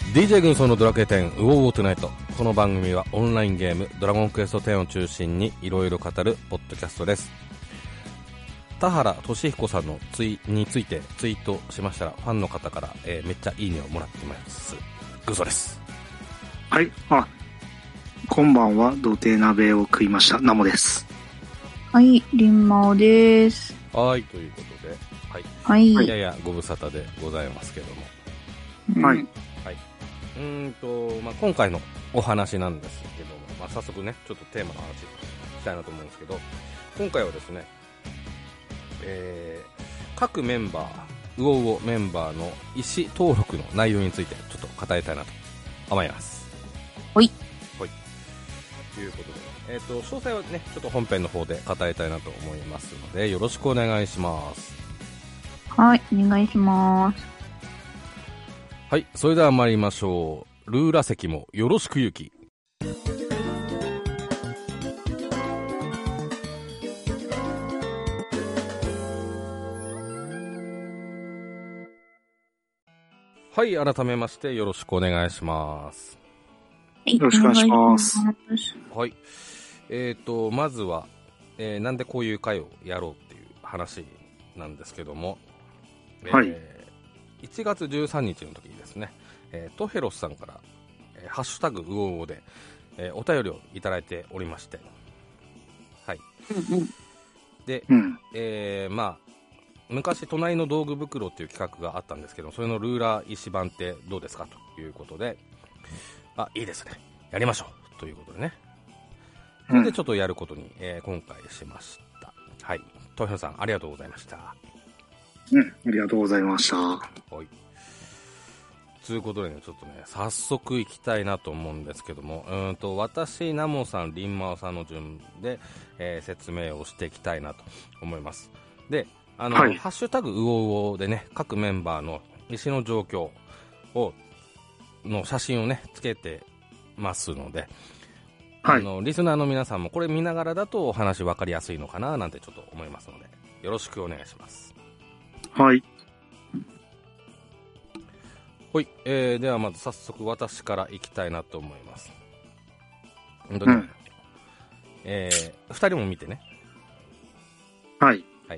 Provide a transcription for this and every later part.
DJ 軍曹のドラクエ10ウォーウォートゥナイト。この番組はオンラインゲームドラゴンクエスト10を中心にいろいろ語るポッドキャストです。田原俊彦さんのについてツイートしましたら、ファンの方から、めっちゃいいねをもらってます。軍曹です。 はい、こんばんは。土手鍋を食いましたナモです。 はい、リンマオです。 はい、ということで、 はい、 ややご無沙汰でございますけども、はい、 今回のお話なんですけども、早速ね、ちょっとテーマの話したいなと思うんですけど、今回はですね、各メンバー、ウオウオメンバーの意思登録の内容についてちょっと語りたいなと思います。 ほい。 ほい。ということで、詳細はね、ちょっと本編の方で語りたいなと思いますので、よろしくお願いします。 はい、お願いします。 はい、それでは参りましょう。ルーラ席もよろしくゆき。はい、改めましてよろしくお願いします。 はい、 よろしくお願いします。 はい。まずは、なんでこういう会をやろうっていう話なんですけども、 はい。 1月13日の時にですね、トヘロスさんから、ハッシュタグウオウオで、お便りをいただいておりまして、はい。で、昔隣の道具袋っていう企画があったんですけど、それのルーラー石版ってどうですかということで、いいですね、やりましょうということでね、それでちょっとやることに、今回しました。はい、トヘロスさんありがとうございました。 ありがとうございました。 はい。ということでね、ちょっとね、早速行きたいなと思うんですけども、私、ナモさん、リンマオさんの順で、説明をしていきたいなと思います。で、ハッシュタグウオウオでね、各メンバーの石の状況の写真をね、つけてますので、リスナーの皆さんもこれ見ながらだとお話分かりやすいのかななんてちょっと思いますので、よろしくお願いします。 はい。 はい、ではまず早速私からいきたいなと思います。2人も見てね。 はい。 はい。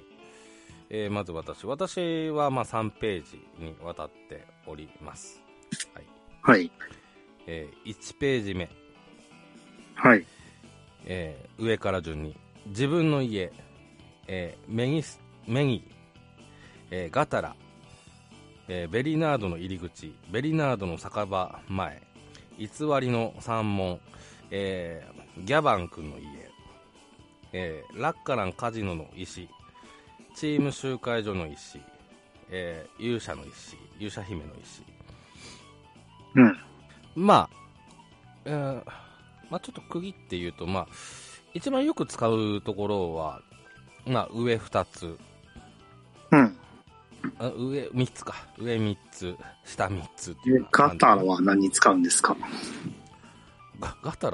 まず私は3ページにわたっております。はい。 はい。 1ページ目。 はい。 上から順に自分の家、メギ、ガタラ、ベリナードの入り口、ベリナードの酒場前、偽りの山門、ギャバン君の家、ラッカランカジノの石、チーム集会所の石、勇者の石、勇者姫の石。ちょっと区切って言うと、一番よく使うところは、上2つ。上3つか。上3つ、下3つっていう。 ガタラは何に使うんですか？ ガタラ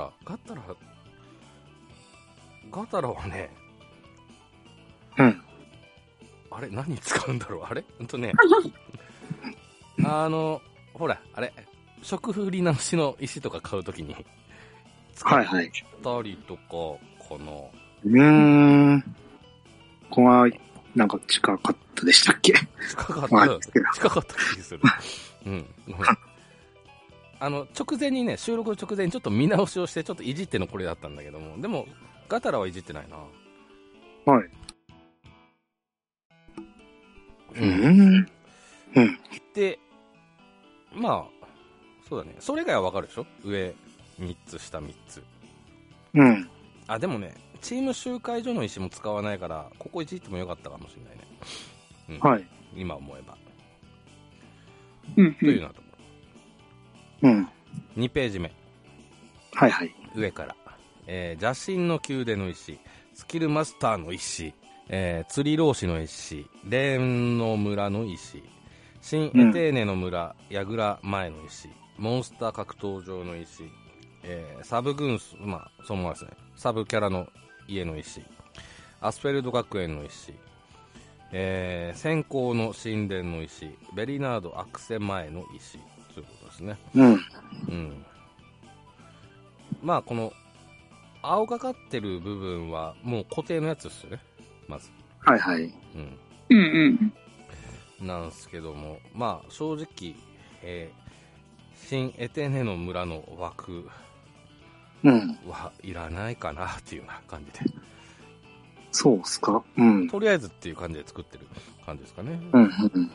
はね、あれ何に使うんだろう、あれほら、あれ、食風り直しの石とか買うときに使ったりとかかな。 ここはなんか近かったでしたっけ？ 近かった気がする。直前にね、収録の直前にちょっと見直しをして、ちょっといじってのこれだったんだけども、でも、ガタラはいじってないな。 はい。 で、そうだね。それ以外はわかるでしょ？上3つ、下3つ。でもね、チーム集会所の石も使わないから、ここいじってもよかったかもしれないね。今思えば。というのだと思う。2ページ目。上から。邪神の宮殿の石、スキルマスターの石、釣り老子の石、レーンの村の石、新エテーネの村、矢倉前の石、モンスター格闘場の石、サブ軍曹、そのままですね、サブキャラの家の石、アスフェルド学園の石、先行の神殿の石、ベリナードアクセ前の石ということでですね。 うん。 うん。まあ、この、青がかってる部分は、もう固定のやつですよね。まず。 はいはい。 うんうんうん。なんすけども、まあ、正直、新エテネの村の枠はいらないかなっていうような感じで。 そうっすか。うん。 とりあえずっていう感じで作ってる感じですかね。 うんうん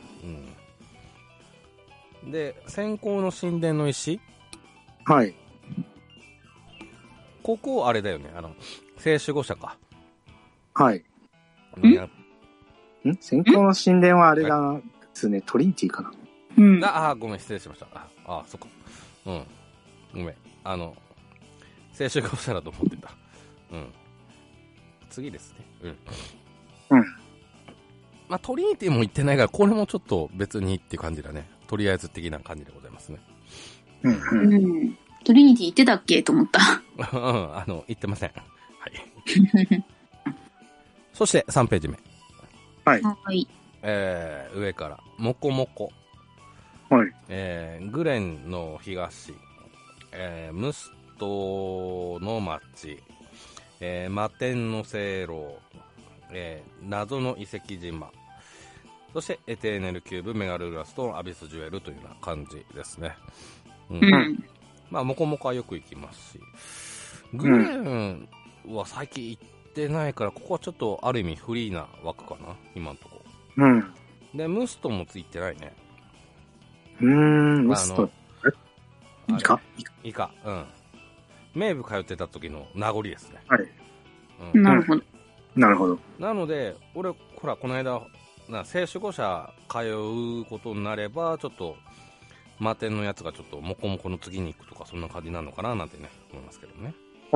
うん。で、先行の神殿の石。 はい。 ここあれだよね。聖守護者か。 はい。先行の神殿はあれだですね。トリンティかな。 うん。 ごめん、失礼しました。そっか。うん。ごめん。聖守護者だと思ってた。うん。次ですね。うん。 うん。 まあ、トリニティも言ってないから、これもちょっと別にっていう感じだね。とりあえず的な感じでございますね。 うん。トリニティ言ってたっけと思った。 言ってません。はい。そして、3ページ目。 はい。 はい。 上から、モコモコ。 はい。 グレンの東、ムストの町、マテンの聖楼、謎の遺跡島、そしてエテーネルキューブ、メガルグラスとアビスジュエルというような感じですね。うん。まあ、モコモコはよく行きますし、グレンは最近行ってないから、ここはちょっとある意味フリーな枠かな、今のところ。 うん。 で、ムストもついてないね。 ムスト。イカ。 うん。名部通ってた時の名残ですね。 はい。 うん、なるほど。 なるほど。 なので、俺、ほら、この間、聖守護者通うことになれば、ちょっと、マテンのやつがちょっと、モコモコの次に行くとか、そんな感じなのかな、なんてね、思いますけどね。 うん。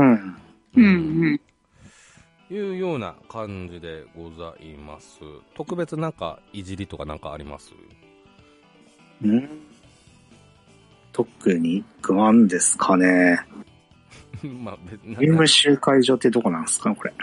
いうような感じでございます。特別なんか、いじりとかなんかあります？ 特にグワンですかね。 まあ、 ゲーム集会所ってどこなんですかこれ。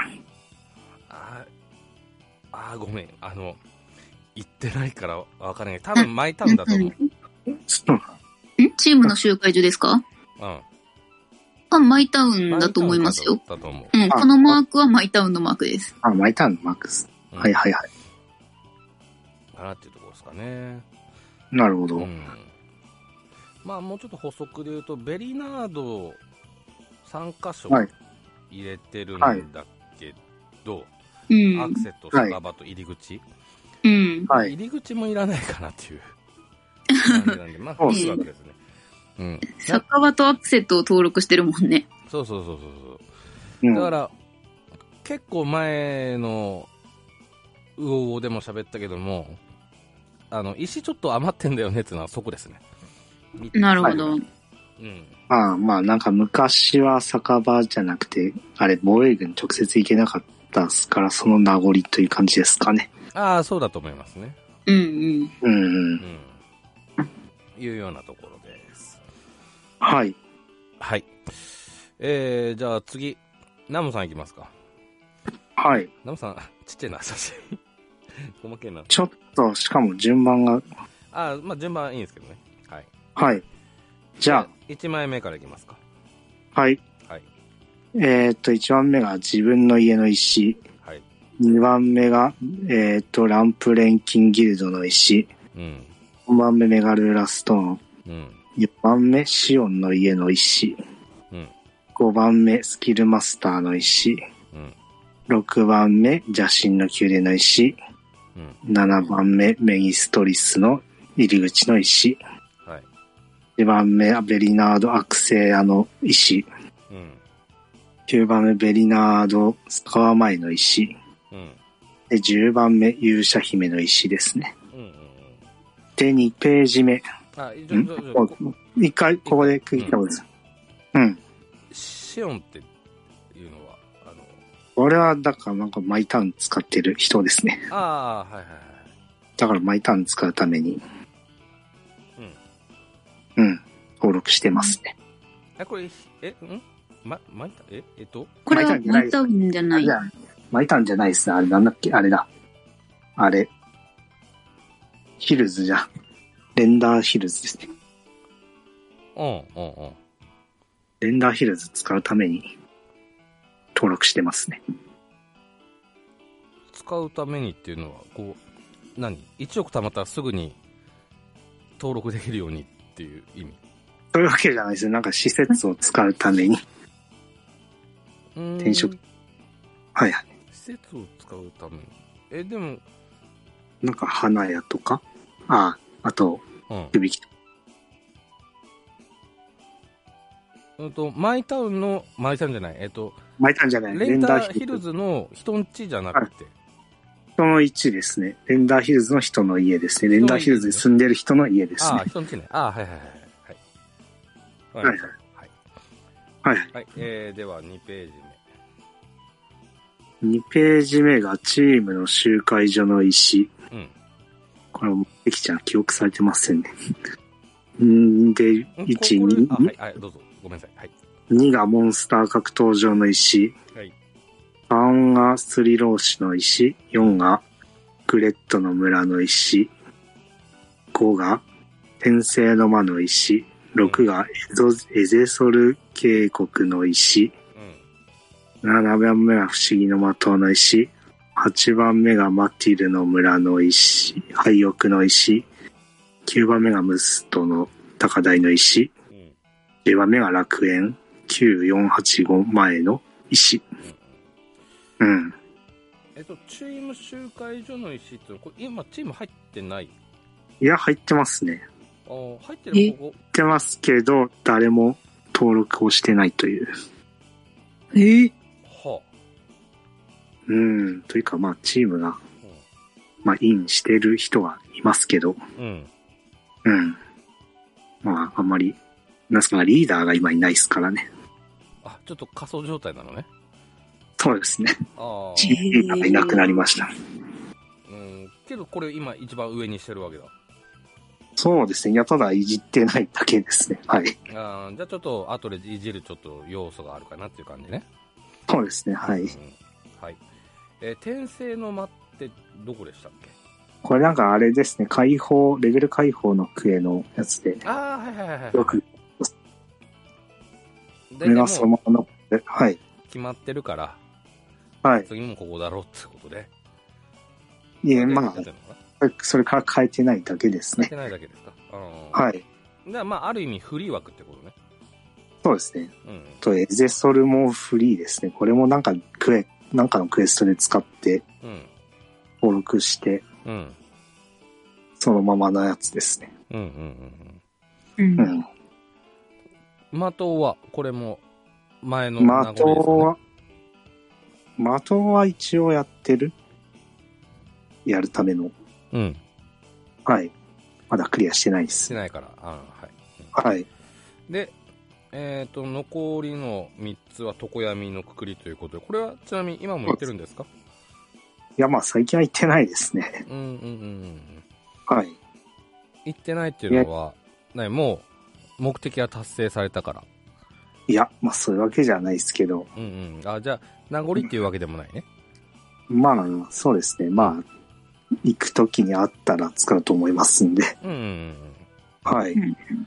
ごめん。行ってないからわからない。多分マイタウンだと思う。 チームの集会所ですか？うん。マイタウンだと思いますよ。 だと思う。 うん。このマークはマイタウンのマークです。 マイタウンのマークです。はいはいはい。 かなっていうところですかね。 なるほど。 まあ、もうちょっと補足で言うと、ベリナード3箇所入れてるんだけど、アクセと酒場と入り口、入り口もいらないかなっていう感じなんで、まあ、そういうわけですね。 酒場とアクセトを登録してるもんね。 そう。だから、結構前のウオウオでも喋ったけども、石ちょっと余ってんだよねっていうのはそこですね。 なるほど。 まあなんか昔は酒場じゃなくて、あれ防衛軍直接行けなかったですから、その名残という感じですかね。 そうだと思いますね。いうようなところです。 はい。 はい。じゃあ次、ナムさんいきますか。 はい。 ナムさん、ちっちゃいな、写真。細けえな。 ちょっと、しかも順番が。 まあ順番いいんですけどね。はい。 はい。じゃあ。 1枚目からいきますか。 はい。 はい。 1番目が自分の家の石。 はい。 2番目が、ランプ錬金ギルドの石。4番目メガルラストーン。4番目シオンの家の石。5番目スキルマスターの石。6番目邪神の宮殿の石。7番目メギストリスの入り口の石。8番目ベリナード・アクセアの石。9番目ベリナード・川前の石。で10番目勇者姫の石ですね。で2ページ目。一回ここで区切ったことです。 シオンっていうのは俺はだからなんかマイタウン使ってる人ですね。 はいはいはい。 だからマイタウン使うために登録してますね。 これこれはマイタウンじゃない。 マイタウンじゃないですね。あれなんだっけあれだ。あれ。ヒルズじゃん。レンダーヒルズですね。 レンダーヒルズ使うために登録してますね。 使うためにっていうのは、こう、1億貯まったらすぐに登録できるようにっていう意味？ そういうわけじゃないですよ。なんか施設を使うために。転職。はいはい。 施設を使うために。でも。 なんか花屋とか、あと、指切り。 マイタウンじゃない。 マイタウンじゃない。 レンダーヒルズの人ん家じゃなくて。 人の家ですね。レンダーヒルズの人の家ですね。レンダーヒルズに住んでる人の家ですね。 人の家ね。はいはいはい。 はいはい。はい。 はい。では2ページ目。2ページ目がチームの集会所の石。これも、できちゃん記憶されてませんね。で、1、2。 はい、どうぞ。ごめんなさい。はい。 2がモンスター格闘場の石。 はい。 3がスリローシの石。4がグレットの村の石。5が天聖の魔の石。6がエゼソル渓谷の石。7番目が不思議の的の石。8番目がマティルの村の石。廃屋の石。9番目がムストの高台の石。10番目が楽園。9485前の石。 チーム集会所の石ってこれ今チーム入ってない？ いや、入ってますね。 入ってるここ？入ってますけど、誰も登録をしてないという。 はあ。 というか、チームが、インしてる人はいますけど、あんまり、リーダーが今いないですからね。 ちょっと仮想状態なのね。 そうですね。リーダーがいなくなりました。 けどこれ今一番上にしてるわけだ。 そうですね。いや、ただいじってないだけですね。はい。じゃあちょっと後でいじるちょっと要素があるかなっていう感じね。 そうですね。はい。 はい。転生の間ってどこでしたっけ？ これなんかあれですね。レベル解放のクエのやつで。 はい。 よく。これがそのままの、はい。 決まってるから、 はい。 次もここだろうってことで。 いえ、それから変えてないだけですね。 変えてないだけですか。 はい。 じゃあ、ある意味フリー枠ってことね。 そうですね。エゼソルもフリーですね。これもなんかのクエストで使って、登録して、そのままのやつですね。 的は、これも、前の名残ですね。 的は一応やってる。やるための。はい。まだクリアしてないです。 してないから。 はい。 で、残りの3つは常闇のくくりということで、これはちなみに今も言ってるんですか？ いや、最近は行ってないですね。はい。 行ってないっていうのは、もう、目的は達成されたから。 いや、そういうわけじゃないですけど。 じゃあ、名残っていうわけでもないね。 そうですね。行くときにあったら使うと思いますんで。はい。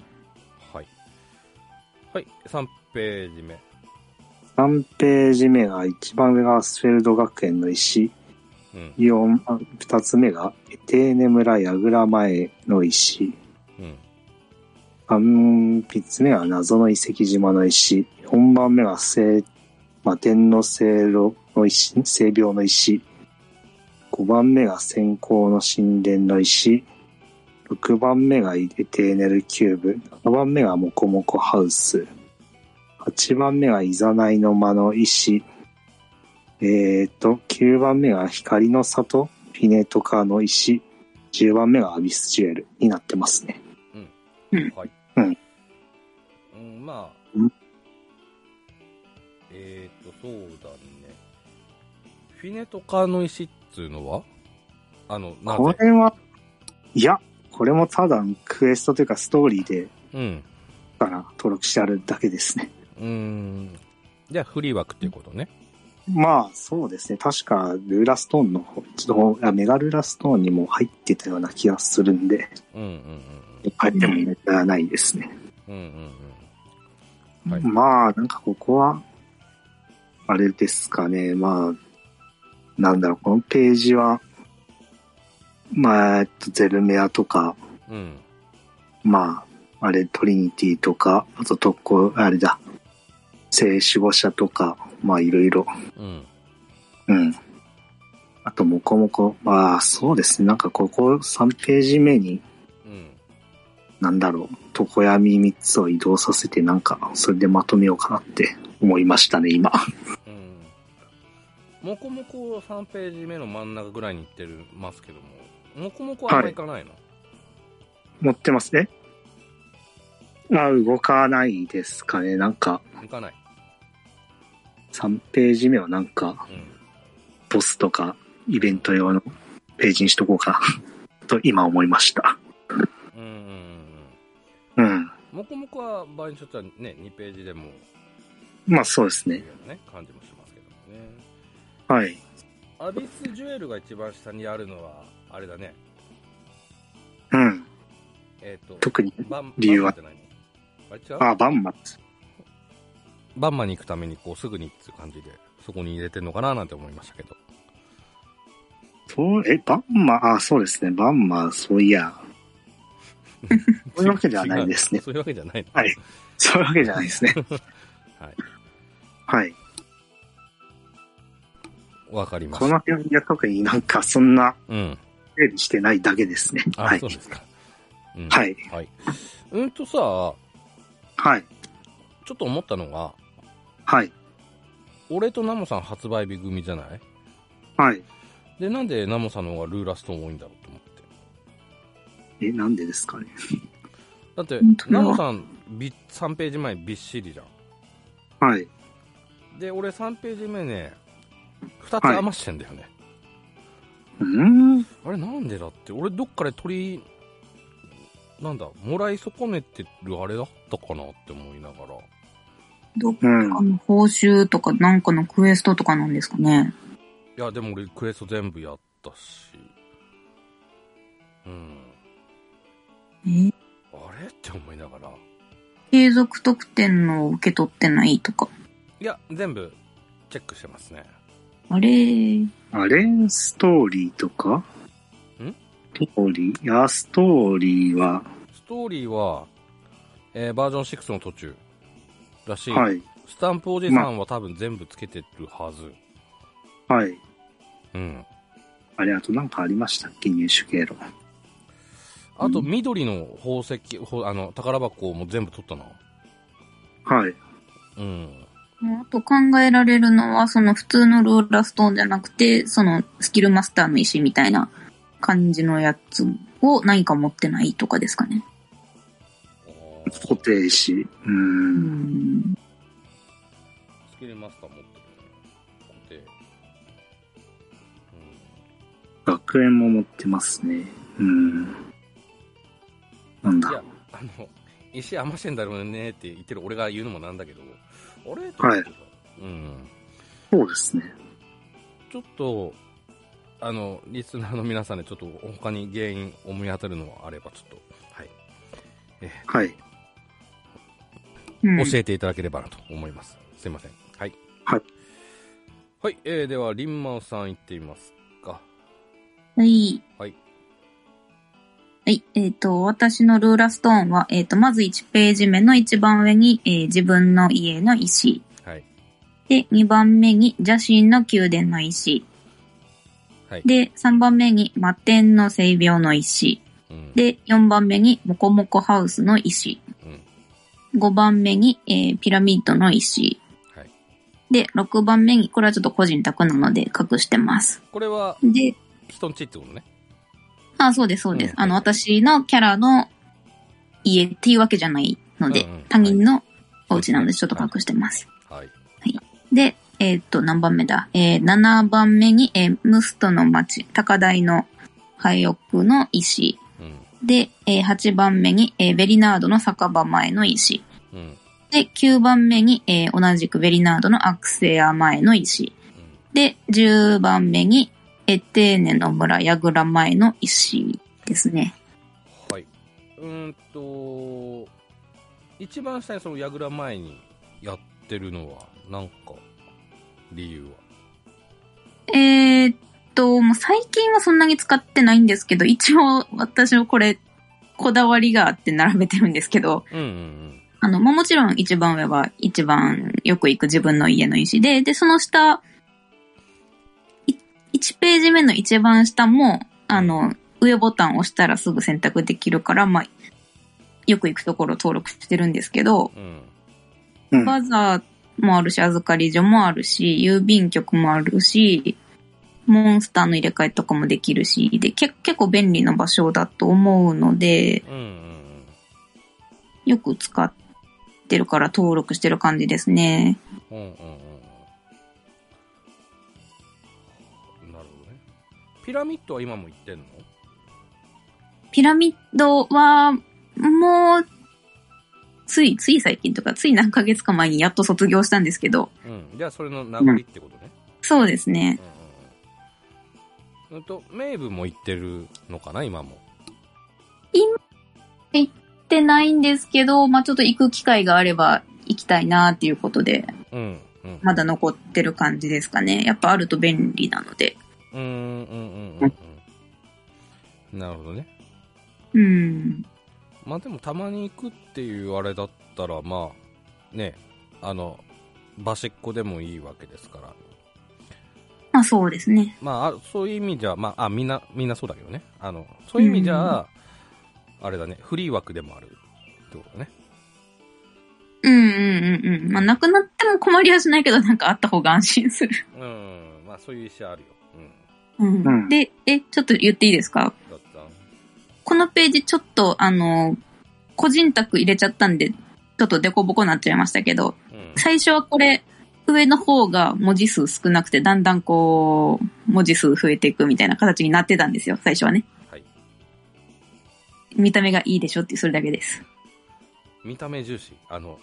はい、3ページ目。 3ページ目が、一番上がアスフェルド学園の石。2つ目が、エテーネ村矢倉前の石。3つ目が謎の遺跡島の石。4番目が天の聖病の石。5番目が先行の神殿の石。6番目がエテーネルキューブ。7番目がモコモコハウス。8番目がイザナイの間の石。9番目が光の里、フィネトカの石。10番目がアビスジュエルになってますね。 はい。そうだね。フィネトカの石っていうのはこれは、いや、これもただクエストというかストーリーで、から登録してあるだけですね。 じゃあフリー枠っていうことね。 そうですね。確かルーラストーンの方、メガルーラストーンにも入ってたような気がするんで、入っても問題はないですね。 はい、まあ、なんかここは、あれですかね。まあ、なんだろう、このページは、まあ、ゼルメアとか、まあ、あれ、トリニティとか、あと特攻、あれだ、聖守護者とか、まあ、いろいろ。あと、もこもこ。まあ、そうですね。なんか、ここ3ページ目に、なんだろう、常闇3つを移動させて、なんか、それでまとめようかなって思いましたね、今。 もこもこ3ページ目の真ん中ぐらいに行ってますけども、もこもこはあんまりいかないの？ 持ってますね。動かないですかね、なんか。 動かない。 3ページ目はなんか、ボスとかイベント用のページにしとこうかと今思いました。 もこもこは場合によってはね、2ページでも。 まあそうですね。 感じもしますけどね。 はい。 アビスジュエルが一番下にあるのは、あれだね。 特に理由は。バンマ。 バンマに行くためにこうすぐにっていう感じで、そこに入れてんのかななんて思いましたけど。 バンマ、そうですね。バンマ、そういや。そういうわけではないですね。 そういうわけじゃない。 はい。そういうわけじゃないですね。 はい。 はい。 わかりました。 この辺は特になんかそんな、整理してないだけですね。はい。 そうですか。 はい。 はい。さ、 はい。 ちょっと思ったのが、 はい。 俺とナモさん発売日組じゃない？ はい。 で、なんでナモさんの方がルーラストーン多いんだろうと思って。 なんでですかね。 だって、ナモさん、3ページ前びっしりじゃん。はい。 で、俺3ページ目ね、2つ余してんだよね。あれなんでだって、俺どっかでもらい損ねてるあれだったかなって思いながら。 どっかの報酬とかなんかのクエストとかなんですかね。 いや、でも俺クエスト全部やったし。あれって思いながら。 継続特典の受け取ってないとか。 いや、全部チェックしてますね。 あれストーリーとか？ストーリー？いや、ストーリーは、 バージョン6の途中だし、 はい。 スタンプおじさんは多分全部つけてるはず。 はい。あれ、あとなんかありましたっけ、入手経路。 あと、緑の宝石、宝箱も全部取ったな。 はい。 あと考えられるのは、その普通のルーラストーンじゃなくて、そのスキルマスターの石みたいな感じのやつを何か持ってないとかですかね。 固定石。 スキルマスター持ってるね。固定。 学園も持ってますね。なんだ。 いや、石余してんだろうねって言ってる俺が言うのもなんだけど、あれ？ はい。そうですね。 ちょっと、リスナーの皆さんでちょっと他に原因思い当たるのがあれば、ちょっと、はい。 はい。 教えていただければなと思います。すいません。はい。 はい。 はい、では、リンマオさん行ってみますか。 はい。 はい。 はい。私のルーラストーンは、まず1ページ目の一番上に、自分の家の石。 はい。 で、2番目に邪神の宮殿の石。 はい。 で、3番目に摩天の聖廟の石。で、4番目にモコモコハウスの石。5番目に、ピラミッドの石。 はい。 で、6番目に、これはちょっと個人宅なので隠してます。 これは、 で、 人んちってことね。 そうです、そうです。私のキャラの家っていうわけじゃないので、他人のお家なのでちょっと隠してます。 はい。 はい。で、何番目だ7番目に、ムストの町、高台の廃屋の石。で、8番目に、ベリナードの酒場前の石。で、9番目に、同じくベリナードのアクセア前の石。で、10番目に、エテーネの村矢倉前の石ですね。 はい。 一番下にその矢倉前にやってるのは、なんか、理由は？ もう最近はそんなに使ってないんですけど、一応私はこれ、こだわりがあって並べてるんですけど、もちろん一番上は一番よく行く自分の家の石で、その下、1ページ目の一番下も、上ボタンを押したらすぐ選択できるから、まあ、よく行くところ登録してるんですけど、バザーもあるし、預かり所もあるし、郵便局もあるし、モンスターの入れ替えとかもできるし、で、結構便利な場所だと思うので、よく使ってるから登録してる感じですね。 なるほどね。ピラミッドは今も行ってんの？ ピラミッドは、もう、つい最近とか、つい何ヶ月か前にやっと卒業したんですけど。 じゃあそれの名残ってことね。 そうですね。 メイブも行ってるのかな、今も。 今、行ってないんですけど、まあちょっと行く機会があれば行きたいなっていうことで、まだ残ってる感じですかね。やっぱあると便利なので。 なるほどね。まあでもたまに行くっていうあれだったら、まあ、ね、バシッコでもいいわけですから。 まあそうですね。 まあ、そういう意味じゃ、まあ、みんなそうだけどね。そういう意味じゃ、あれだね、フリー枠でもあるってことね。 まあなくなっても困りはしないけど、なんかあった方が安心する。 まあそういう意思あるよ。 で、ちょっと言っていいですか？このページちょっと個人宅入れちゃったんで、ちょっとデコボコになっちゃいましたけど、最初はこれ、上の方が文字数少なくて、だんだんこう、文字数増えていくみたいな形になってたんですよ、最初はね。はい。見た目がいいでしょって、それだけです。 見た目重視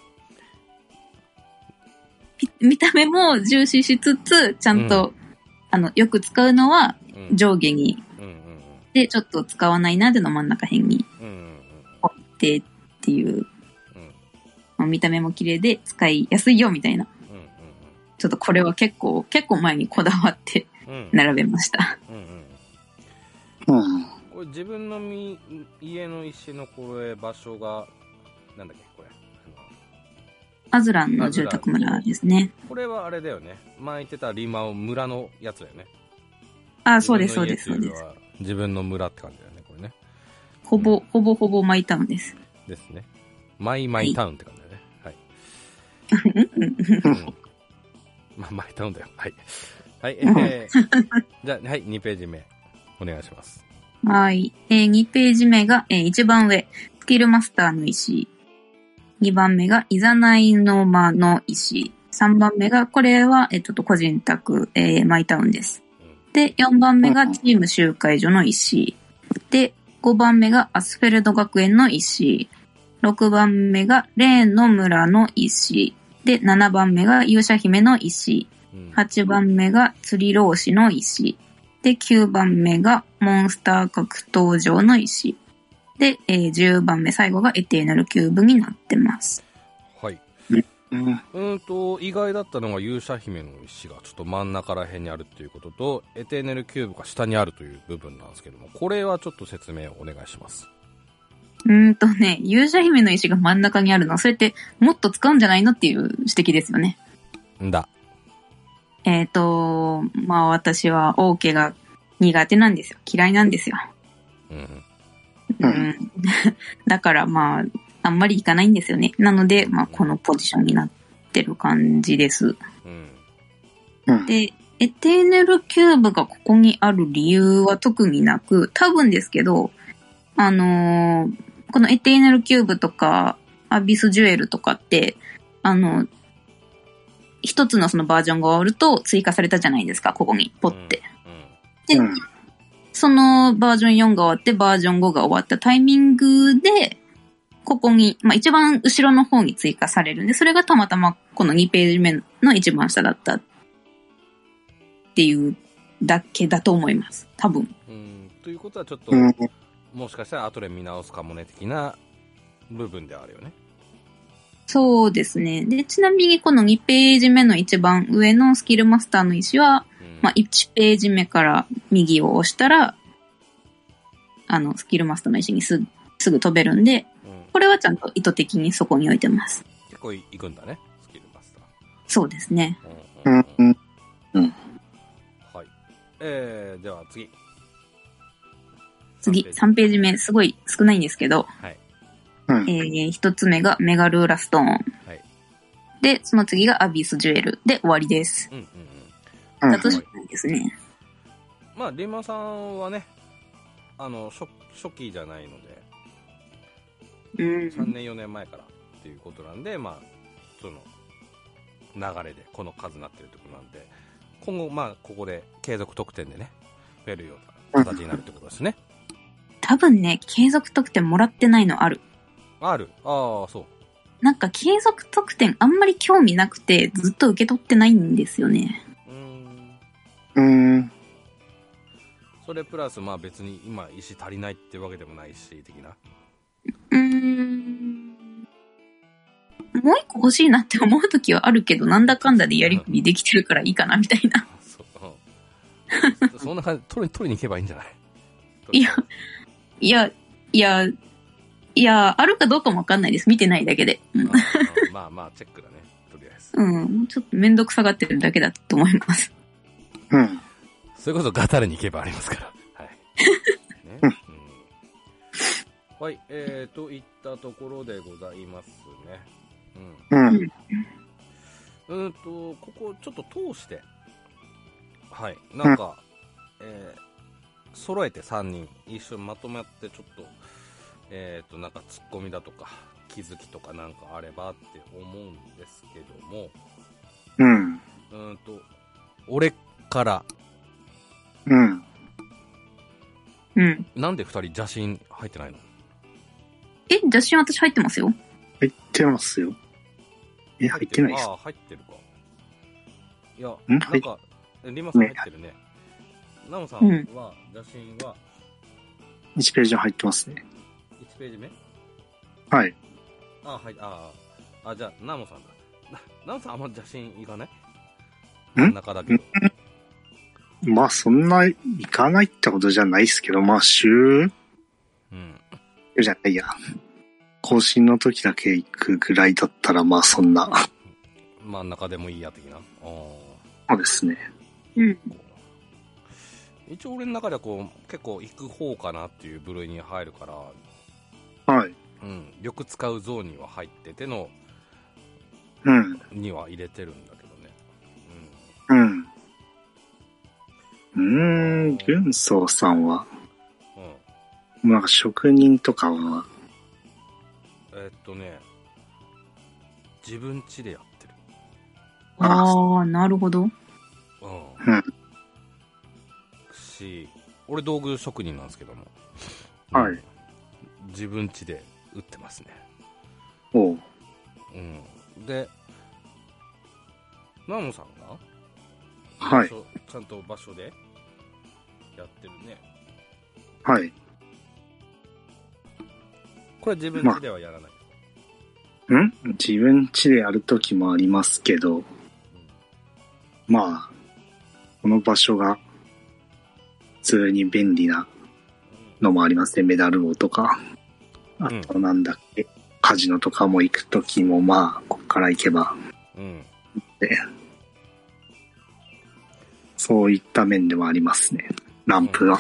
見た目も重視しつつ、ちゃんと、よく使うのは上下に、で、ちょっと使わないなっての真ん中辺に、折ってっていう、見た目も綺麗で使いやすいよみたいな。ちょっとこれは結構前にこだわって並べました。 これ自分の家の石のこれ場所が、なんだっけこれ。 アズランの住宅村ですね。 これはあれだよね。前言ってたリマオ村のやつだよね。 そうです、そうです、そうです。 自分の村って感じだよね、これね。 ほぼマイタウンです。 ですね。マイタウンって感じだよね。はい。まあ、マイタウンだよ。はい。はい、じゃあ、はい、2ページ目。お願いします。 はい。2ページ目が、一番上、スキルマスターの石。2番目が、いざないの間の石。3番目が、これは、ちょっと個人宅、マイタウンです。で、4番目が、チーム集会所の石。で、5番目が、アスフェルド学園の石。6番目が、レーンの村の石。で、7番目が勇者姫の石。8番目が釣り老子の石。で、9番目がモンスター格闘場の石。で、10番目最後がエテーナルキューブになってます。 はい。意外だったのが勇者姫の石がちょっと真ん中ら辺にあるということと、エテーナルキューブが下にあるという部分なんですけども、これはちょっと説明をお願いします。 勇者姫の石が真ん中にあるの、それってもっと使うんじゃないのっていう指摘ですよね。まあ私は王家が苦手なんですよ。嫌いなんですよ。だからまあ、あんまりいかないんですよね。なので、まあこのポジションになってる感じです。で、エテーネルキューブがここにある理由は特になく、多分ですけど、このエテーナルキューブとか、アビスジュエルとかって、一つのそのバージョンが終わると追加されたじゃないですか、ここに、ポって。で、そのバージョン4が終わって、バージョン5が終わったタイミングで、ここに、まあ一番後ろの方に追加されるんで、それがたまたまこの2ページ目の一番下だったっていうだけだと思います。多分。 ということはちょっと、もしかしたら後で見直すかもね的な部分ではあるよね。 そうですね。で、ちなみにこの2ページ目の一番上のスキルマスターの石は、まあ1ページ目から右を押したら、スキルマスターの石にすぐ飛べるんで、これはちゃんと意図的にそこに置いてます。 結構行くんだね、スキルマスター。 そうですね。 はい。では次、 3ページ目、すごい少ないんですけど、 はい。 一つ目がメガルーラストーン。はい。で、その次がアビスジュエルで終わりです。ざっとしないですね。 まあ、リンマさんはね、初期じゃないので、3年4年前からっていうことなんで、まあ、その流れでこの数になってるってことなんで、今後、まあ、ここで継続得点でね、増えるような形になるってことですね。 多分ね、継続得点もらってないのある。 ある。ああ、そう。 なんか継続得点あんまり興味なくてずっと受け取ってないんですよね。 それプラスまあ別に今石足りないってわけでもないし的な。 もう一個欲しいなって思うときはあるけど、なんだかんだでやりくりできてるからいいかなみたいな。 そんな感じ、取りに行けばいいんじゃない？ いや、あるかどうかもわかんないです。見てないだけで。 まあ、チェックだね。とりあえず。 ちょっとめんどくさがってるだけだと思います。 それこそガタルに行けばありますから。はい。ね。はい、といったところでございますね。ここちょっと通して、はい、なんか、揃えて3人一緒にまとまってちょっと、なんかツッコミだとか気づきとかなんかあればって思うんですけども、俺から、なんで2人邪神入ってないの？ 邪神私入ってますよ。 入ってますよ。入ってないです。 ああ、入ってるか。いや、なんか、リマさん入ってるね。ナモさんは、邪神は、 1ページ入ってますね。 1ページ目？ はい。 はい、じゃあ、ナモさんだ。ナモさんあんま邪神行かない？中だけど。 まあ、そんな、行かないってことじゃないですけど、まあ、週じゃないや。更新の時だけ行くぐらいだったら、まあ、そんな。 真ん中でもいいや、的な。 そうですね。 一応俺の中ではこう、結構行く方かなっていう部類に入るから、 はい。 よく使うゾーンには入ってての、には入れてるんだけどね。 軍曹さんは、なんか職人とかは、 自分家でやってる。 なるほど。 俺道具職人なんですけども。 はい。 自分家で売ってますね。で、ナモさんがはい。 ちゃんと場所でやってるね。 はい。 これ自分家ではやらない、 自分家でやるときもありますけど、まあ、この場所が普通に便利なのもありますね。メダル王とか。あとなんだっけ、カジノとかも行くときもまあ、こっから行けば。でそういった面でもありますね。ランプが。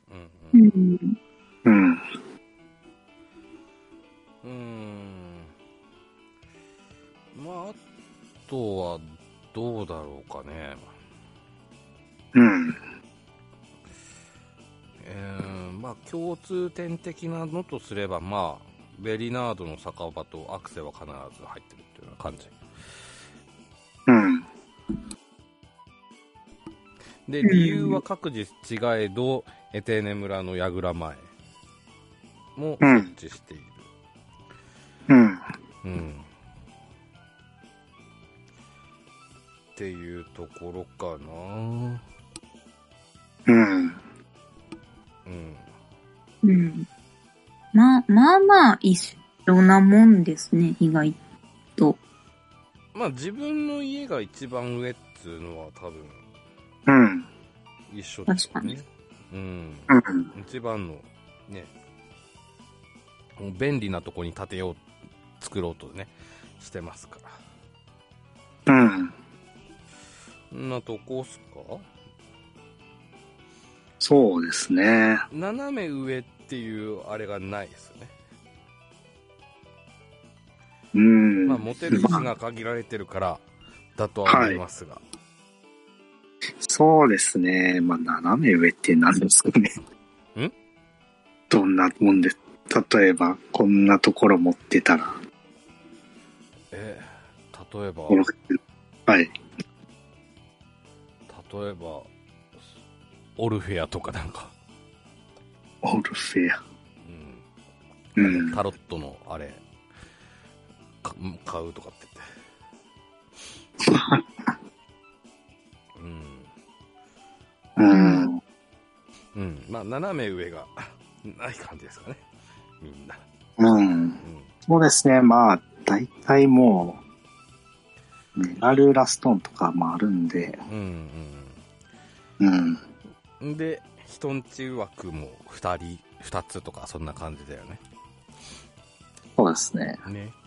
まあ、あとはどうだろうかね。まあ共通点的なのとすれば、まあベリナードの酒場とアクセは必ず入ってるっていうような感じ。で、理由は各自違えど、エテーネ村の櫓前も設置している。っていうところかな。 まあ一緒なもんですね、意外と。 まあ自分の家が一番上っていうのは多分、 うん。 一緒ですよね。 確かうん。 うん。 一番の、ね、もう便利なとこに建てよう、作ろうとね、してますから。うん。 んなとこっすか？ そうですね。 斜め上っていうあれがないですよね。まあ持てる石が限られてるからだとは思いますが、はい、 そうですね。まあ斜め上って何ですかね。どんなもんで、例えばこんなところ持ってたら。 例えば。 はい。 例えばオルフェアとかなんか。 オルフェア。 タロットのあれ買うとかって言ってまあ斜め上がない感じですかね、みんな。 そうですね。まあ大体もうメガルラストーンとかもあるんで。 で人んち枠も2つとかそんな感じだよね。 そうですね。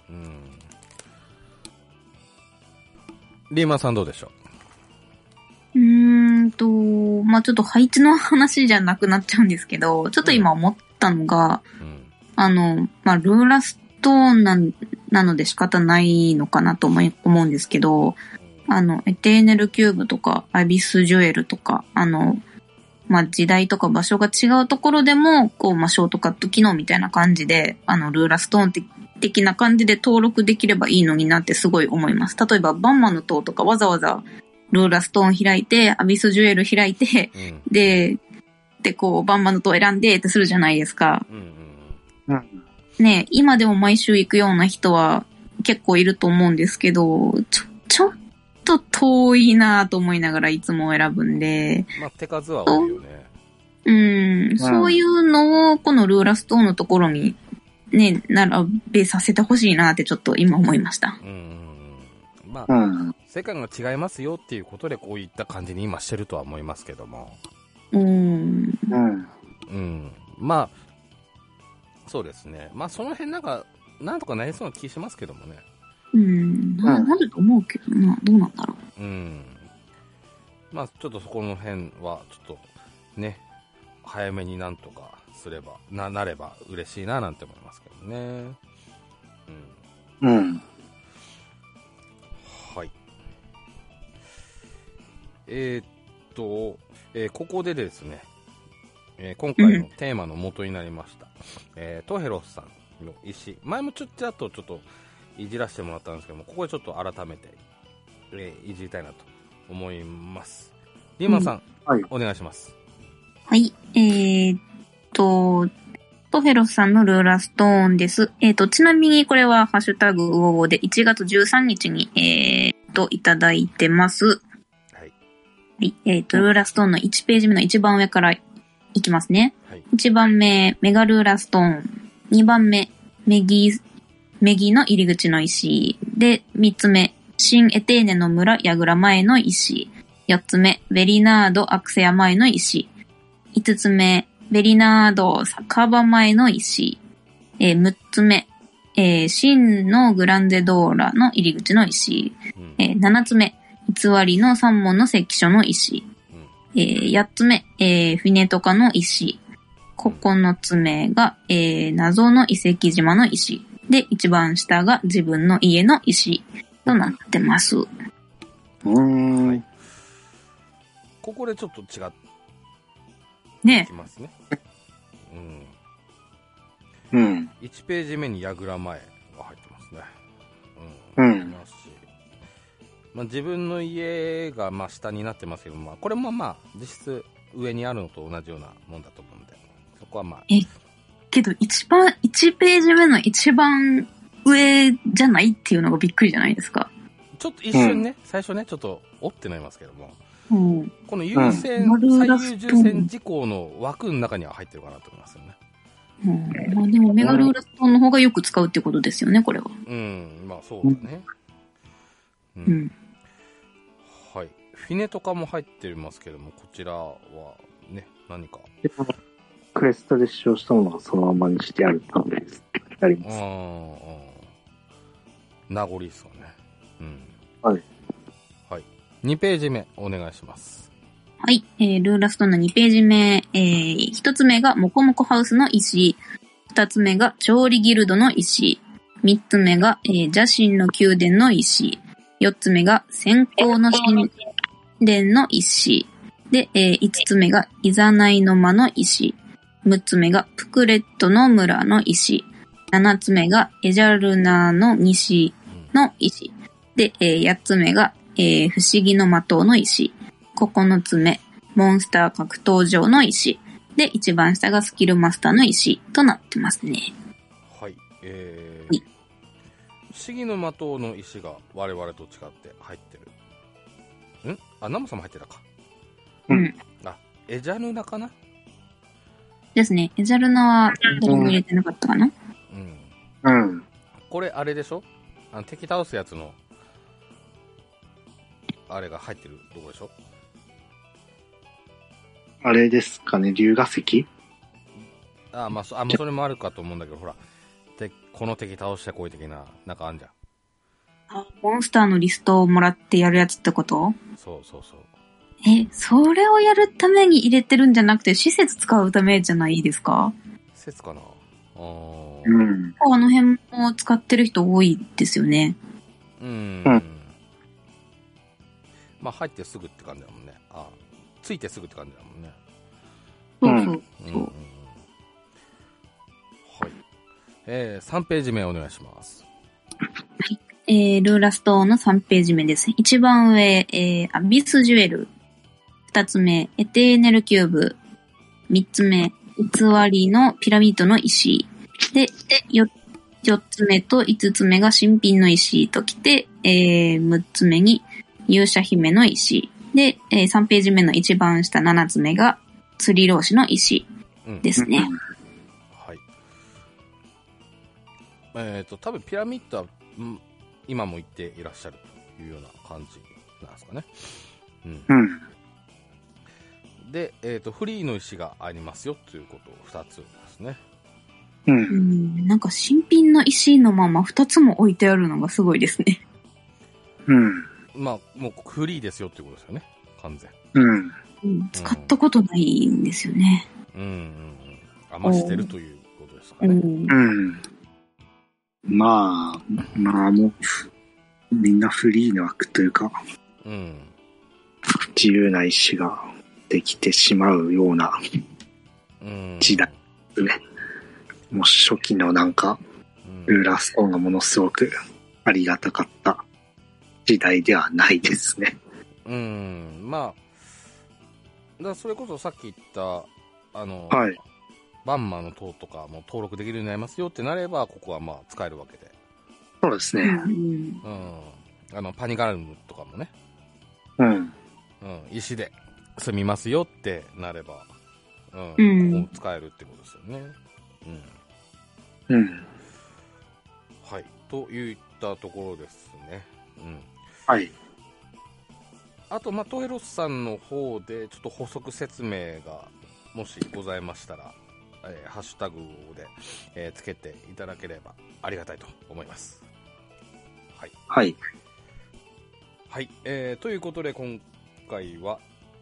リーマンさんどうでしょう？まあちょっと配置の話じゃなくなっちゃうんですけど、ちょっと今思ったのが、まあルーラストーンなので仕方ないのかなと思うんですけど、エテーネルキューブとか、アビスジュエルとか、まあ時代とか場所が違うところでも、こう、まあショートカット機能みたいな感じで、ルーラストーン的な感じで登録できればいいのになってすごい思います。例えば、バンマの塔とかわざわざルーラストーン開いて、アビスジュエル開いて、で、こう、バンマの塔選んでってするじゃないですか。ね、今でも毎週行くような人は結構いると思うんですけど、ちょっと遠いなと思いながらいつも選ぶんで。 まあ、手数は多いよね。 そういうのをこのルーラストーンのところにね、並べさせてほしいなってちょっと今思いました。 まあ、世界が違いますよっていうことでこういった感じに今してるとは思いますけども。まあ、そうですね。まあその辺なんとかなりそうな気しますけどもね。 なると思うけどな、どうなんだろう。 まあちょっとそこの辺はちょっとね、早めになんとかすればなれば嬉しいななんて思いますけどね。はい。ここでですね、今回のテーマの元になりました、トヘロスさんの石、前もちょっといじらせてもらったんですけども、ここでちょっと改めて、いじりたいなと思います。リーマンさん、お願いします。 はい、トヘロスさんのルーラストーンです。ちなみにこれはハッシュタグウオで1月13日にいただいてます。はい。ルーラストーンの1ページ目の一番上からいきますね。はい、1番目、メガルーラストーン。2番目、メギの入り口の石。で、3つ目、新エテーネの村ヤグラ前の石。4つ目、ベリナードアクセア前の石。5つ目、ベリナード酒場前の石。6つ目、真のグランデドーラの入り口の石。7つ目、偽りの三門の石器所の石。8つ目、フィネトカの石。9つ目が、謎の遺跡島の石。で、一番下が自分の家の石となってます。はい、 ここでちょっと違ってきますね。1ページ目に矢倉前が入ってますね。まあ、自分の家がまあ下になってますけど、まあ、これもまあ実質上にあるのと同じようなもんだと思うんで、そこはまあ。 けど1ページ目の一番上じゃないっていうのがびっくりじゃないですか。 ちょっと一瞬ね、最初ね、ちょっとおってなりますけども、この最優先事項の枠の中には入ってるかなと思いますよね。 まあでもメガルーラストーンの方がよく使うってことですよね、これは。 まあそうだね。はい。フィネとかも入ってますけども、こちらはね、何か。 クレストで使用したものがそのままにしてあるためです。あります。 名残ですかね。 はい。 はい。2ページ目、お願いします。 はい。ルーラストーンの2ページ目。1つ目がモコモコハウスの石。2つ目が調理ギルドの石。3つ目が、邪神の宮殿の石。4つ目が先行の神殿の石。で、5つ目がいざないの間の石。6つ目がプクレットの村の石。7つ目がエジャルナの西の石。で、8つ目が、不思議の的の石。9つ目、モンスター格闘場の石。で、一番下がスキルマスターの石となってますね。 はい。不思議の的の石が我々と違って入ってる。ナモさんも入ってたか。エジャルナかなですね。エジャルナは誰も入れてなかったかな。 これあれでしょ？敵倒すやつのあれが入ってるとこでしょ？ あれですかね、龍河石？ まあそれもあるかと思うんだけど、ほら、この敵倒してこういう的な、なんかあんじゃん。 モンスターのリストをもらってやるやつってこと？ そうそうそう。 それをやるために入れてるんじゃなくて、施設使うためじゃないですか？ 施設かな？ あの辺も使ってる人多いですよね。 まあ入ってすぐって感じだもんね。ついてすぐって感じだもんね。 そう。 はい。3ページ目お願いします。 はい。ルーラストーンの3ページ目です。一番上、アビスジュエル。2つ目、エテーネルキューブ。3つ目、偽りのピラミッドの石。で、4つ目と5つ目が新品の石ときて、6つ目に勇者姫の石。で、3ページ目の一番下7つ目が釣り老子の石ですね。 はい。多分ピラミッドは、今も言っていらっしゃるというような感じなんですかね。で、フリーの石がありますよということ2つですね。 なんか新品の石のまま2つも置いてあるのがすごいですね。 まあ、もうフリーですよっていうことですよね。完全。 使ったことないんですよね。 余してるということですかね。 まあ、もう、みんなフリーの枠というか、自由な意志ができてしまうような時代ですね。もう初期のなんか、ルーラーストーンがものすごくありがたかった時代ではないですね。 まあ、だそれこそさっき言った、バンマの塔とかも登録できるようになりますよってなれば、ここはまあ使えるわけで。 そうですね。 パニガルムとかもね。石で済みますよってなれば、ここも使えるってことですよね。はい。といったところですね。 はい。 あと、トヘロスさんの方で、ちょっと補足説明が、もしございましたら、ハッシュタグで、つけていただければありがたいと思います。はい。 はい。 はい。ということで、今回は、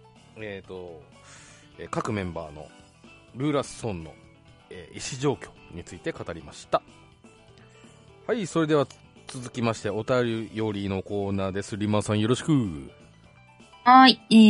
各メンバーのルーラストーンの、意思状況について語りました。はい。それでは続きまして、お便りのコーナーです。リマさんよろしく。 はい。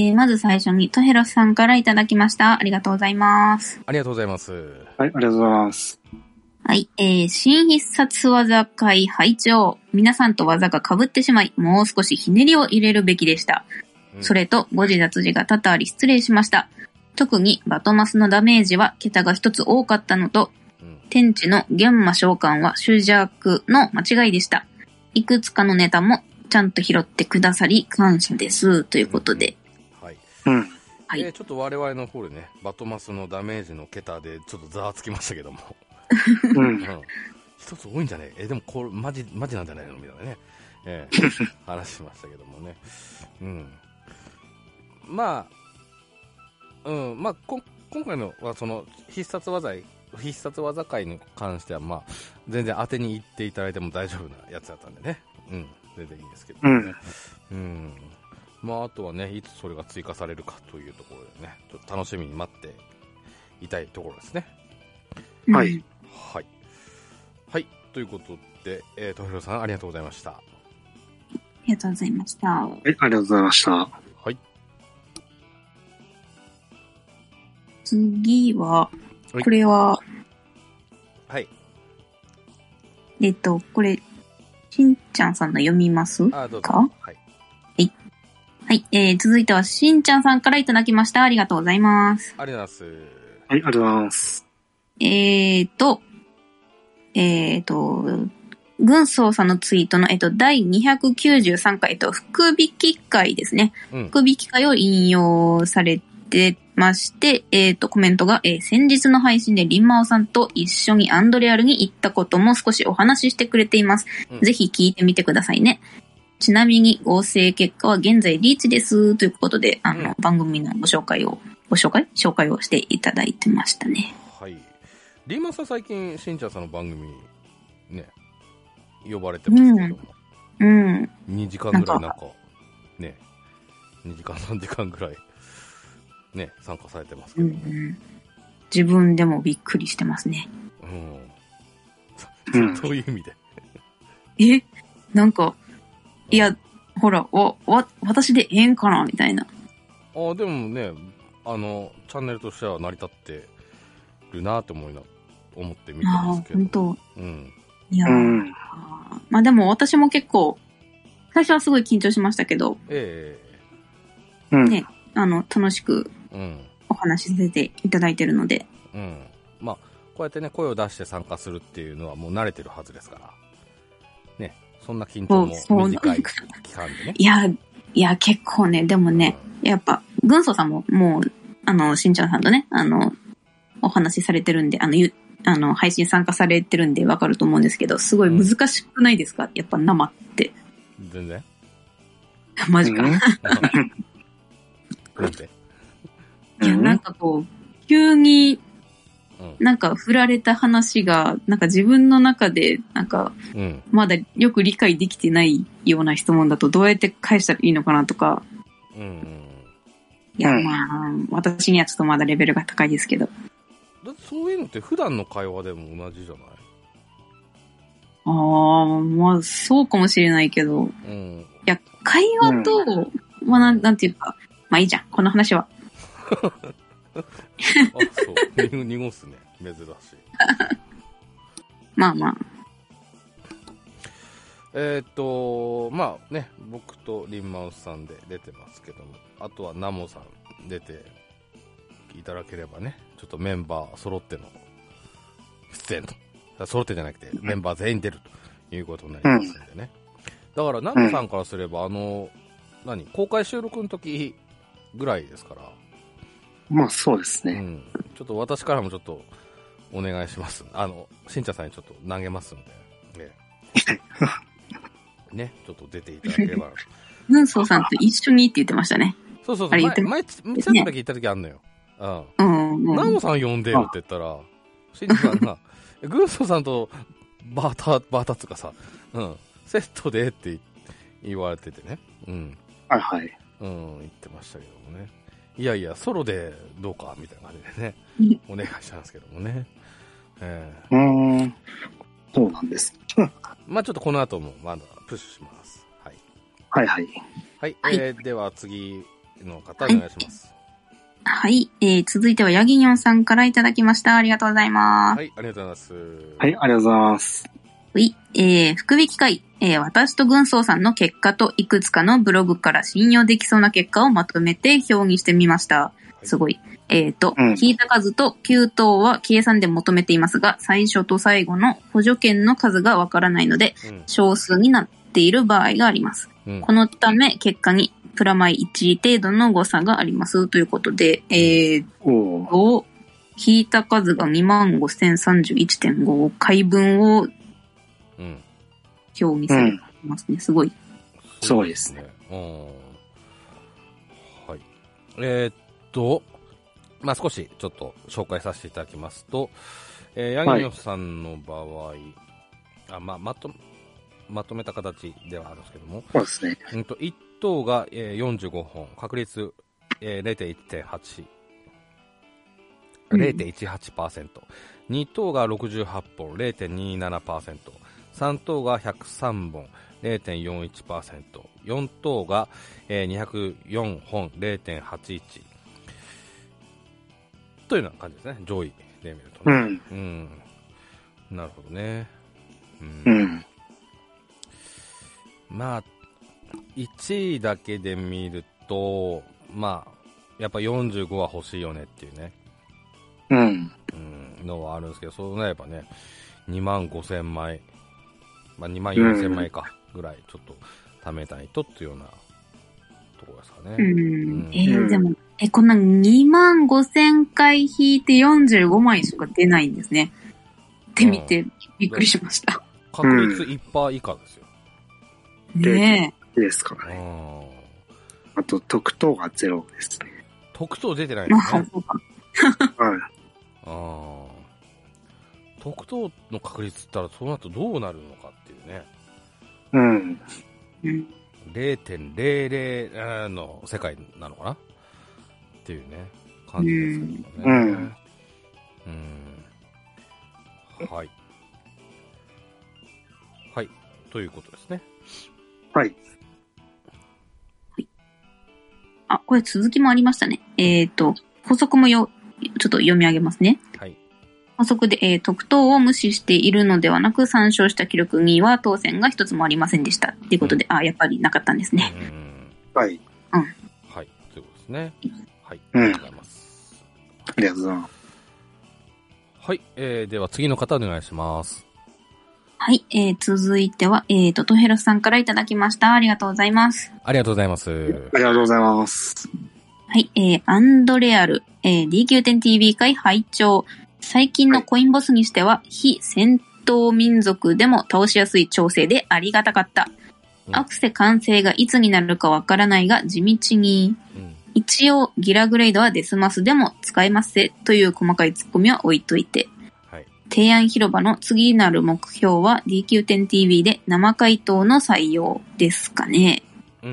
まず最初にトヘロスさんからいただきました。ありがとうございます。 ありがとうございます。 はい、ありがとうございます。 はい。新必殺技会拝聴。皆さんと技が被ってしまい、もう少しひねりを入れるべきでした。それと、誤字脱字が多々あり失礼しました。特にバトマスのダメージは桁が一つ多かったのと、天地の玄魔召喚は主弱の間違いでした。いくつかのネタもちゃんと拾ってくださり感謝です。ということで。 はい。 はい。 ちょっと我々の方でね、バトマスのダメージの桁でちょっとざわつきましたけども。 うん。 一つ多いんじゃねえでもこれマジなんじゃないのみたいなね。話しましたけどもね。うん。まあ、今回のはその必殺技会に関しては、まあ、全然当てに行っていただいても大丈夫なやつだったんでね。うん。全然いいんですけどね。うん。まあ、あとはね、いつそれが追加されるかというところでね、ちょっと楽しみに待っていたいところですね。 はい。 はい。はい。ということで、とひろさんありがとうございました。 ありがとうございました。 はい、ありがとうございました。はい。 次は、これは、 はい。 これ、しんちゃんさんの読みますか？ どうぞ。はい。 はい。続いては、しんちゃんさんからいただきました。ありがとうございます。 ありがとうございます。 はい、ありがとうございます。 軍曹さんのツイートの、第293回、福引き会ですね。福引き会を引用されてまして、コメントが、先日の配信でリンマオさんと一緒にアンドレアルに行ったことも少しお話ししてくれています。ぜひ聞いてみてくださいね。ちなみに合成結果は現在リーチです。ということで、番組の紹介をしていただいてましたね。 はい。リーマンさん最近、しんちゃんさんの番組、ね、呼ばれてますけども。2時間ぐらいね、2時間3時間ぐらい、ね、参加されてますけども。 自分でもびっくりしてますね。 どういう意味でなんか、いや、ほら、私でええんかなみたいな。 でもね、チャンネルとしては成り立ってるなと思って見てますけど。 本当。いやまあでも私も結構、最初はすごい緊張しましたけど、ね、楽しくお話しさせていただいてるので。 まあ、こうやってね、声を出して参加するっていうのはもう慣れてるはずですから。ね。そんな緊張も短い期間でね。 いや、結構ね、でもね、やっぱ、軍曹さんももう、しんちゃんさんとね、お話しされてるんで、配信参加されてるんでわかると思うんですけど、すごい難しくないですか？やっぱ生って。 全然。 マジか。 なんで？ いや、なんかこう、急に、なんか振られた話が、なんか自分の中で、なんか、まだよく理解できてないような質問だとどうやって返したらいいのかなとか。いや、まあ、私にはちょっとまだレベルが高いですけど。 だってそういうのって普段の会話でも同じじゃない？ まあ、そうかもしれないけど。いや、会話と、まあ、なんていうか、まあいいじゃん、この話は。 そう。濁すね。珍しい。 まあまあ。 まあね、僕とリンマウスさんで出てますけども、あとはナモさん出ていただければね、ちょっとメンバー揃っての出演と。揃ってじゃなくて、メンバー全員出るということになりますんでね。だから、ナモさんからすれば、公開収録の時ぐらいですから、 まあそうですね。 ちょっと私からもちょっとお願いします。しんちゃんさんにちょっと投げますんで。ね、ちょっと出ていただければ。 軍曹さんと一緒にって言ってましたね。 そう。前、ちゃんだけ言った時あんのよ。ナモさん呼んでよって言ったら、しんちゃんさんが、軍曹さんとバータつかさ、セットでって言われててね。 はいはい。 言ってましたけどもね。いやいや、ソロでどうかみたいな感じでね、お願いしたんですけどもね。 そうなんです。 まあちょっとこの後もまだプッシュします。はい。 はいはい。 はい。では次の方お願いします。 はい。続いてはヤギニョンさんからいただきました。ありがとうございます。 はい、ありがとうございます。 はい、ありがとうございます。 福引き会、私と軍曹さんの結果といくつかのブログから信用できそうな結果をまとめて表にしてみました。すごい。引いた数と給答は計算で求めていますが、最初と最後の補助券の数がわからないので、少数になっている場合があります。このため、結果にプラマイ1程度の誤差がありますということで、引いた数が 25,031.5 回分を表にされていますね。すごい。 すごいですね。 はい。まあ、少しちょっと紹介させていただきますと、ヤギヨさんの場合、まとめた形ではあるんですけども、 そうですね。 1等が45本、確率 0.18%、2等が68本、0.27%、3等が103本、0.41%、4等が204本、0.81%というような感じですね、上位で見るとね。なるほどね。まあ、1位だけで見ると、まあ、やっぱ45は欲しいよねっていうね。のはあるんですけど、そうなればね、25,000枚、24,000枚か、ぐらいちょっと貯めたいとっていうようなところですかね。 でも、こんな25,000回引いて45枚しか出ないんですね。って見てびっくりしました。 確率 1% 以下ですよ。 ねえ。ですからね。あと、特等が0ですね。 特等出てないですね。特等の確率って言ったら、そうなるとどうなるのかっていうね。0.00 の世界なのかなっていうね、感じですけどね。はい。はい。ということですね。 はい。 これ続きもありましたね。補足もちょっと読み上げますね。 はい。 補足で、特等を無視しているのではなく、参照した記録には当選が一つもありませんでした。ということで、やっぱりなかったんですね。 はい。 はい。ということですね。はい。ありがとうございます。 ありがとうございます。 はい。では次の方お願いします。 はい。続いては、トヘロスさんからいただきました。ありがとうございます。 ありがとうございます。 ありがとうございます。 はい。アンドレアル、DQ10TV 会拝聴。最近のコインボスにしては、非戦闘民族でも倒しやすい調整でありがたかった。アクセ完成がいつになるかわからないが、地道に、一応ギラグレードはデスマスでも使えますぜという細かいツッコミは置いといて、提案広場の次なる目標は DQ10TV で生回答の採用ですかね。 はい、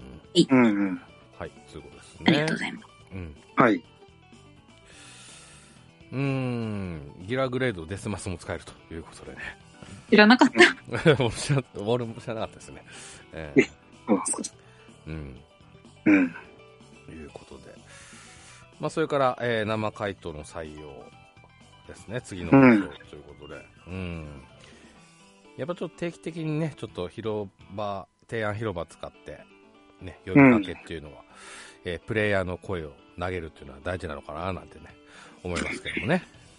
そういうことですね。 ありがとうございます。 はい。 ギラグレード、デスマスも使えるということでね。 知らなかった。 俺も知らなかったですね。 そうなんですか。 いうことで。まあ、それから、生回答の採用ですね。次の目標ということで。やっぱちょっと定期的にね、ちょっと提案広場使って、ね、呼びかけっていうのは、プレイヤーの声を投げるっていうのは大事なのかななんてね、思いますけどもね。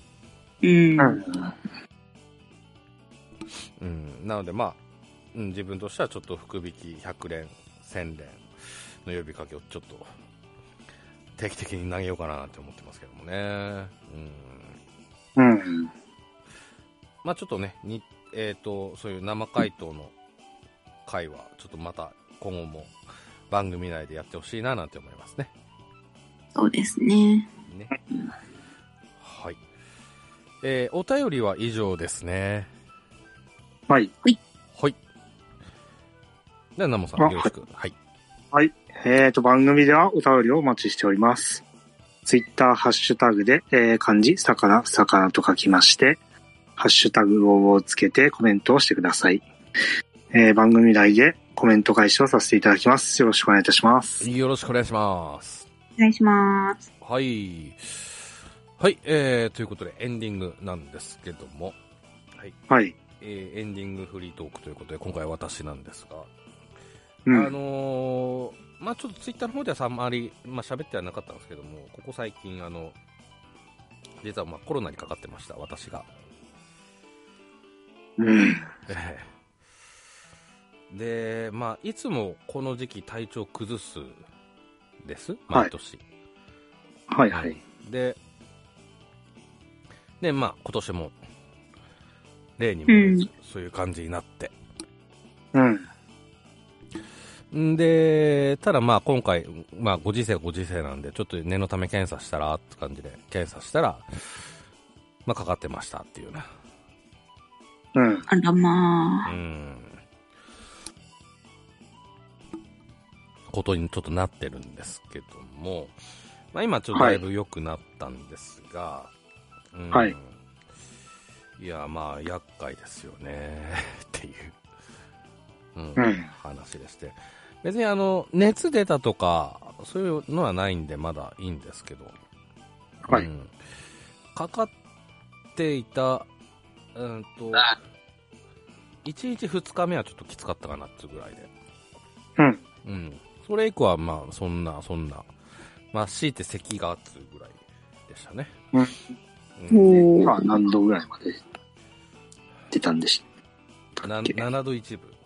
なのでまあ、自分としてはちょっと福引き100連、1000連の呼びかけをちょっと定期的に投げようかななんて思ってますけどもね。まあちょっとね、そういう生回答の回はちょっとまた今後も番組内でやってほしいななんて思いますね。 そうですね。 はい。お便りは以上ですね。 はい。 はい。では、ナモさん、よろしく。はい。 はい。番組ではお便りをお待ちしております。ツイッターハッシュタグで、漢字、魚と書きまして、ハッシュタグをつけてコメントをしてください。番組内でコメント返しをさせていただきます。よろしくお願いいたします。 よろしくお願いします。 お願いします。 はい。はい、ということでエンディングなんですけども、はい。 はい。 エンディングフリートークということで、今回は私なんですが、まあちょっとツイッターの方ではあんまり、喋ってはなかったんですけども、ここ最近、実はコロナにかかってました、私が。 で、まあ、いつもこの時期体調崩すです、毎年。 はいはい。 で、まあ、今年も、例にもそういう感じになって。で、ただまあ今回、まあご時世なんで、ちょっと念のため検査したらって感じで、検査したら、まあかかってましたっていうね。 あらまあ。 ことにちょっとなってるんですけども、まあ今ちょっとだいぶ良くなったんですが、いや、まあ厄介ですよね、っていう、話でして。別に熱出たとか、そういうのはないんで、まだいいんですけど、かかっていた、1日2日目はちょっときつかったかなっていうぐらいで。それ以降はまあ、そんな、まあ、強いて咳がつぐらいでしたね。 まあ、何度ぐらいまで出たんでしたっけ ？7度1分。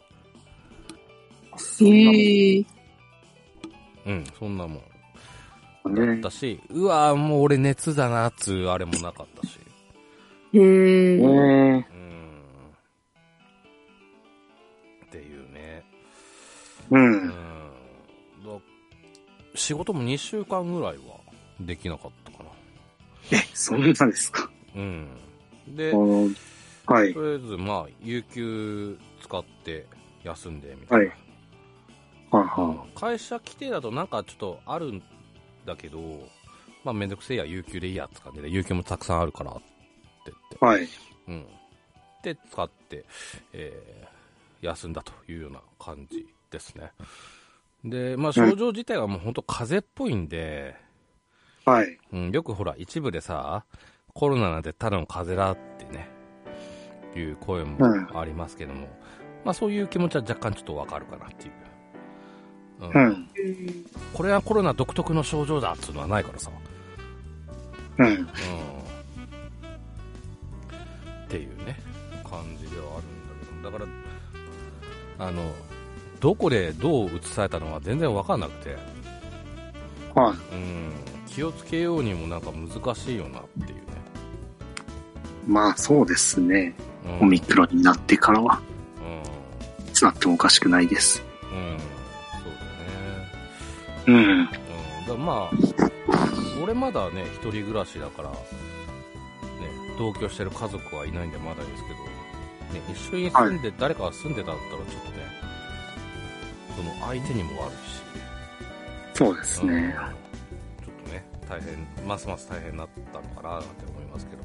そんなもん。だったし、うわもう俺熱だな、つうあれもなかったし。っていうね。仕事も2週間ぐらいはできなかったかな。 そんなですか？ で、とりあえず、まあ、有給使って休んで、みたいな。会社規定だとなんかちょっとあるんだけど、まあめんどくせえや、有給でいいやって感じで、有給もたくさんあるからって言って。で、使って、休んだというような感じですね。で、まあ症状自体はもう本当風邪っぽいんで、よくほら、一部でさ、コロナなんてただの風邪だってね、いう声もありますけども、まあそういう気持ちは若干ちょっとわかるかなっていう。これはコロナ独特の症状だっつうのはないからさ。っていうね、感じではあるんだけど、だから、どこでどう移されたのは全然わかんなくて、気をつけようにもなんか難しいよなっていうね。 まあそうですね。オミクロンになってからは、いつなってもおかしくないです。 だからまあ、俺まだね、一人暮らしだから、ね、同居してる家族はいないんでまだいいですけど、ね、一緒に住んで、誰かが住んでたんだったらちょっとね、その相手にも悪いし。 そうですね。 ちょっとね、大変、ますます大変になったのかななんて思いますけど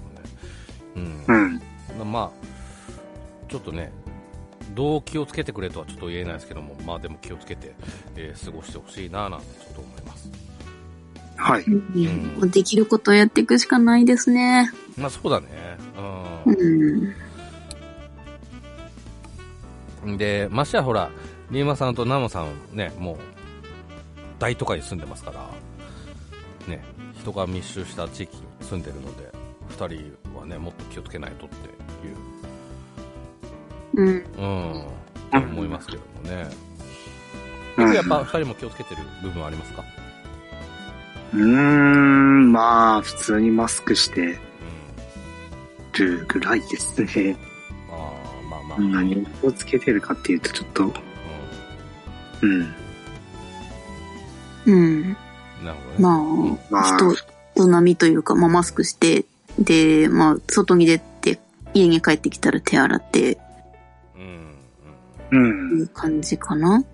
もね。まあ、ちょっとね、どう気をつけてくれとはちょっと言えないですけども、まあでも気をつけて、過ごしてほしいななんてちょっと思います。 できることをやっていくしかないですね。 まあそうだね。で、ましてやほら、リーマさんとナモさんね、もう、大都会に住んでますから、ね、人が密集した地域に住んでるので、二人はね、もっと気をつけないとっていう。思いますけどもね。やっぱ二人も気をつけてる部分はありますか？ まあ、普通にマスクしてるぐらいですね。まあ。何を気をつけてるかっていうと、ちょっと、なるほどね。まあ、人並みというか、まあマスクして、で、まあ、外に出て、家に帰ってきたら手洗って、いう感じかな。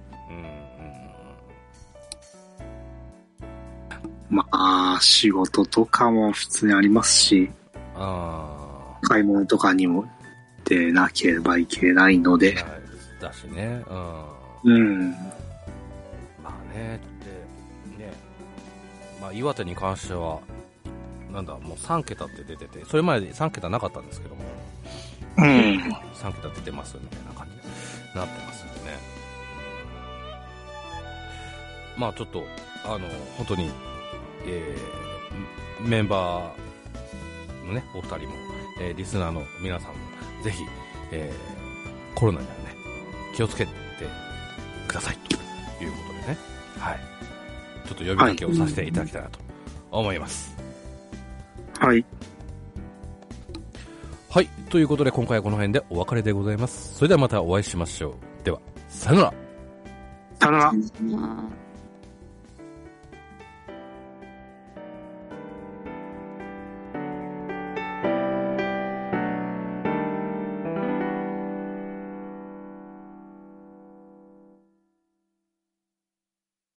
まあ、仕事とかも普通にありますし、買い物とかにも出なければいけないので。 だしね。まあね、まあ岩手に関しては、なんだ、もう3桁って出てて、それまで3桁なかったんですけども、3桁出てますみたいな感じになってますんでね。まあちょっと、本当に、メンバーのね、お二人も、リスナーの皆さんも、ぜひ、コロナにはね、気気をつけてくださいということでね。はい。ちょっと呼びかけをさせていただきたいなと思います。 はい。 はい。ということで今回はこの辺でお別れでございます。それではまたお会いしましょう。では、さよなら。 さよなら。